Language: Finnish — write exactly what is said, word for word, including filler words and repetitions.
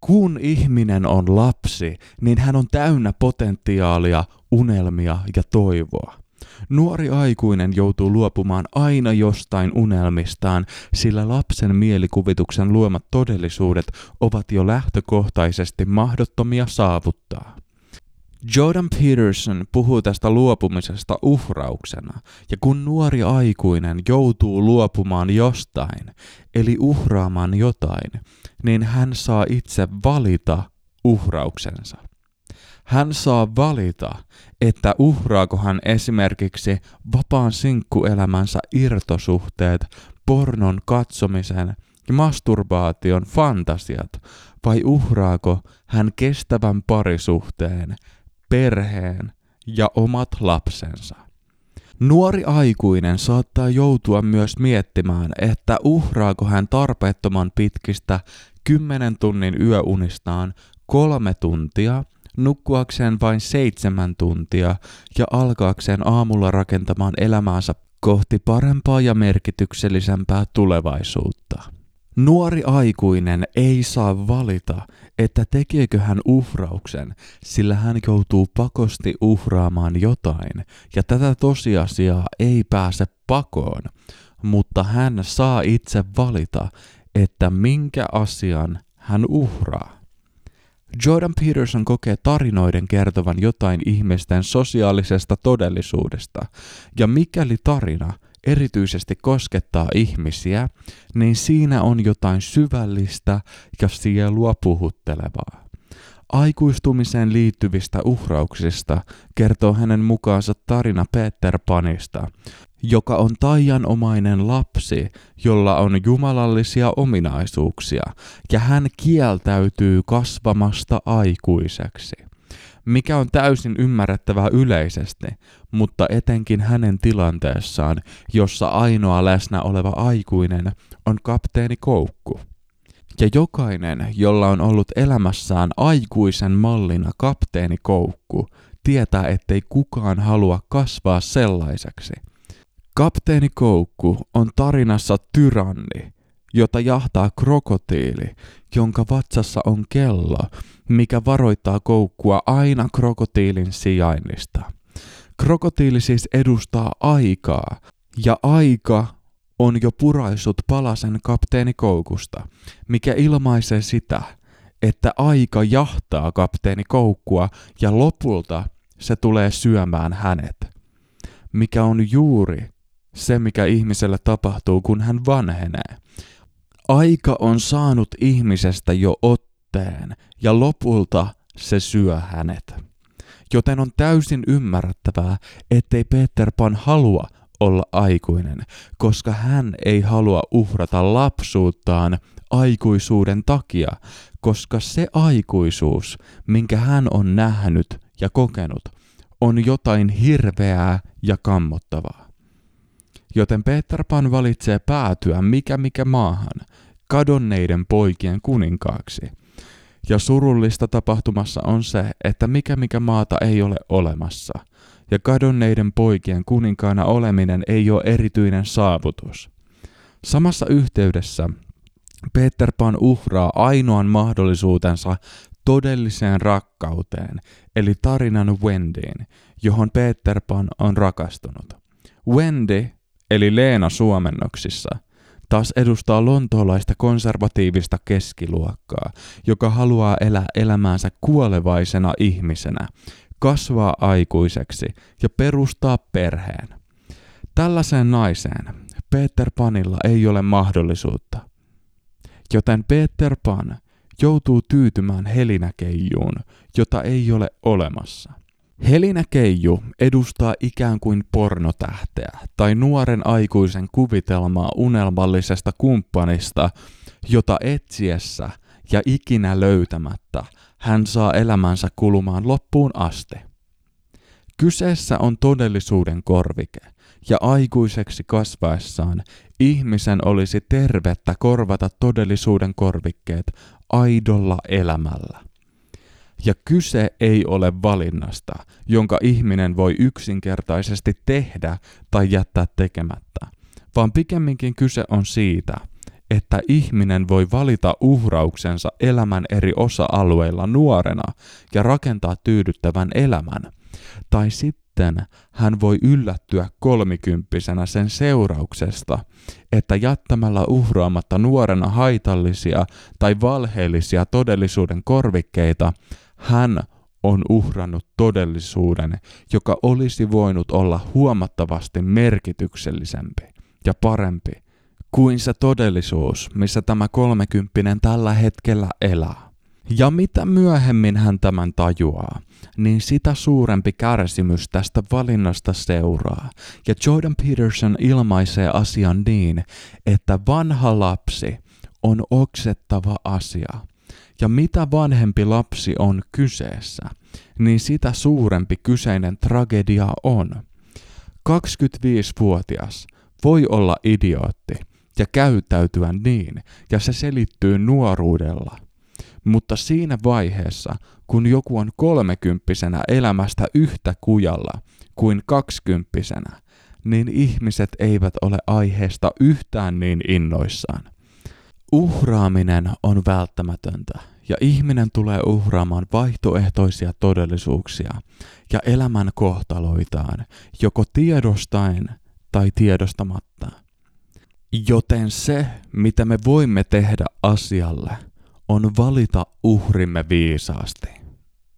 Kun ihminen on lapsi, niin hän on täynnä potentiaalia, unelmia ja toivoa. Nuori aikuinen joutuu luopumaan aina jostain unelmistaan, sillä lapsen mielikuvituksen luomat todellisuudet ovat jo lähtökohtaisesti mahdottomia saavuttaa. Jordan Peterson puhuu tästä luopumisesta uhrauksena, ja kun nuori aikuinen joutuu luopumaan jostain, eli uhraamaan jotain, niin hän saa itse valita uhrauksensa. Hän saa valita, että uhraako hän esimerkiksi vapaan sinkkuelämänsä irtosuhteet, pornon katsomisen ja masturbaation fantasiat, vai uhraako hän kestävän parisuhteen, perheen ja omat lapsensa. Nuori aikuinen saattaa joutua myös miettimään, että uhraako hän tarpeettoman pitkistä kymmenen tunnin yöunistaan kolme tuntia, nukkuakseen vain seitsemän tuntia ja alkaakseen aamulla rakentamaan elämäänsä kohti parempaa ja merkityksellisempää tulevaisuutta. Nuori aikuinen ei saa valita, että tekeekö hän uhrauksen, sillä hän joutuu pakosti uhraamaan jotain, ja tätä tosiasiaa ei pääse pakoon, mutta hän saa itse valita, että minkä asian hän uhraa. Jordan Peterson kokee tarinoiden kertovan jotain ihmisten sosiaalisesta todellisuudesta, ja mikäli tarina erityisesti koskettaa ihmisiä, niin siinä on jotain syvällistä ja sielua puhuttelevaa. Aikuistumiseen liittyvistä uhrauksista kertoo hänen mukaansa tarina Peter Panista, joka on taianomainen lapsi, jolla on jumalallisia ominaisuuksia, ja hän kieltäytyy kasvamasta aikuiseksi, mikä on täysin ymmärrettävää yleisesti, mutta etenkin hänen tilanteessaan, jossa ainoa läsnä oleva aikuinen on kapteeni Koukku. Ja jokainen, jolla on ollut elämässään aikuisen mallina kapteeni Koukku, tietää, ettei kukaan halua kasvaa sellaiseksi. Kapteeni Koukku on tarinassa tyranni, jota jahtaa krokotiili, jonka vatsassa on kello, mikä varoittaa Koukkua aina krokotiilin sijainnista. Krokotiili siis edustaa aikaa, ja aika on jo puraissut palasen kapteeni Koukusta, mikä ilmaisee sitä, että aika jahtaa kapteeni Koukkua ja lopulta se tulee syömään hänet, mikä on juuri se, mikä ihmiselle tapahtuu, kun hän vanhenee. Aika on saanut ihmisestä jo otteen ja lopulta se syö hänet. Joten on täysin ymmärrettävää, ettei Peter Pan halua olla aikuinen, koska hän ei halua uhrata lapsuuttaan aikuisuuden takia, koska se aikuisuus, minkä hän on nähnyt ja kokenut, on jotain hirveää ja kammottavaa. Joten Peter Pan valitsee päätyä mikä mikä maahan, kadonneiden poikien kuninkaaksi. Ja surullista tapahtumassa on se, että mikä mikä maata ei ole olemassa, ja kadonneiden poikien kuninkaana oleminen ei ole erityinen saavutus. Samassa yhteydessä Peter Pan uhraa ainoan mahdollisuutensa todelliseen rakkauteen, eli tarinan Wendyin, johon Peter Pan on rakastunut. Wendy, eli Leena suomennoksissa, taas edustaa lontoolaista konservatiivista keskiluokkaa, joka haluaa elää elämäänsä kuolevaisena ihmisenä, kasvaa aikuiseksi ja perustaa perheen. Tällaiseen naiseen Peter Panilla ei ole mahdollisuutta, joten Peter Pan joutuu tyytymään helinäkeijuun, jota ei ole olemassa. Helinäkeiju edustaa ikään kuin pornotähteä tai nuoren aikuisen kuvitelmaa unelmallisesta kumppanista, jota etsiessä ja ikinä löytämättä hän saa elämänsä kulumaan loppuun asti. Kyseessä on todellisuuden korvike, ja aikuiseksi kasvaessaan ihmisen olisi tervettä korvata todellisuuden korvikkeet aidolla elämällä. Ja kyse ei ole valinnasta, jonka ihminen voi yksinkertaisesti tehdä tai jättää tekemättä, vaan pikemminkin kyse on siitä, että ihminen voi valita uhrauksensa elämän eri osa-alueilla nuorena ja rakentaa tyydyttävän elämän. Tai sitten hän voi yllättyä kolmikymppisenä sen seurauksesta, että jättämällä uhraamatta nuorena haitallisia tai valheellisia todellisuuden korvikkeita, hän on uhrannut todellisuuden, joka olisi voinut olla huomattavasti merkityksellisempi ja parempi kuin se todellisuus, missä tämä kolmekymppinen tällä hetkellä elää. Ja mitä myöhemmin hän tämän tajuaa, niin sitä suurempi kärsimys tästä valinnasta seuraa. Ja Jordan Peterson ilmaisee asian niin, että vanha lapsi on oksettava asia. Ja mitä vanhempi lapsi on kyseessä, niin sitä suurempi kyseinen tragedia on. kaksikymmentäviisivuotias voi olla idiootti ja käyttäytyä niin, ja se selittyy nuoruudella. Mutta siinä vaiheessa, kun joku on kolmekymppisenä elämästä yhtä kujalla kuin kaksikymppisenä, niin ihmiset eivät ole aiheesta yhtään niin innoissaan. Uhraaminen on välttämätöntä, ja ihminen tulee uhraamaan vaihtoehtoisia todellisuuksia ja elämän kohtaloitaan, joko tiedostaen tai tiedostamatta. Joten se, mitä me voimme tehdä asialle, on valita uhrimme viisaasti.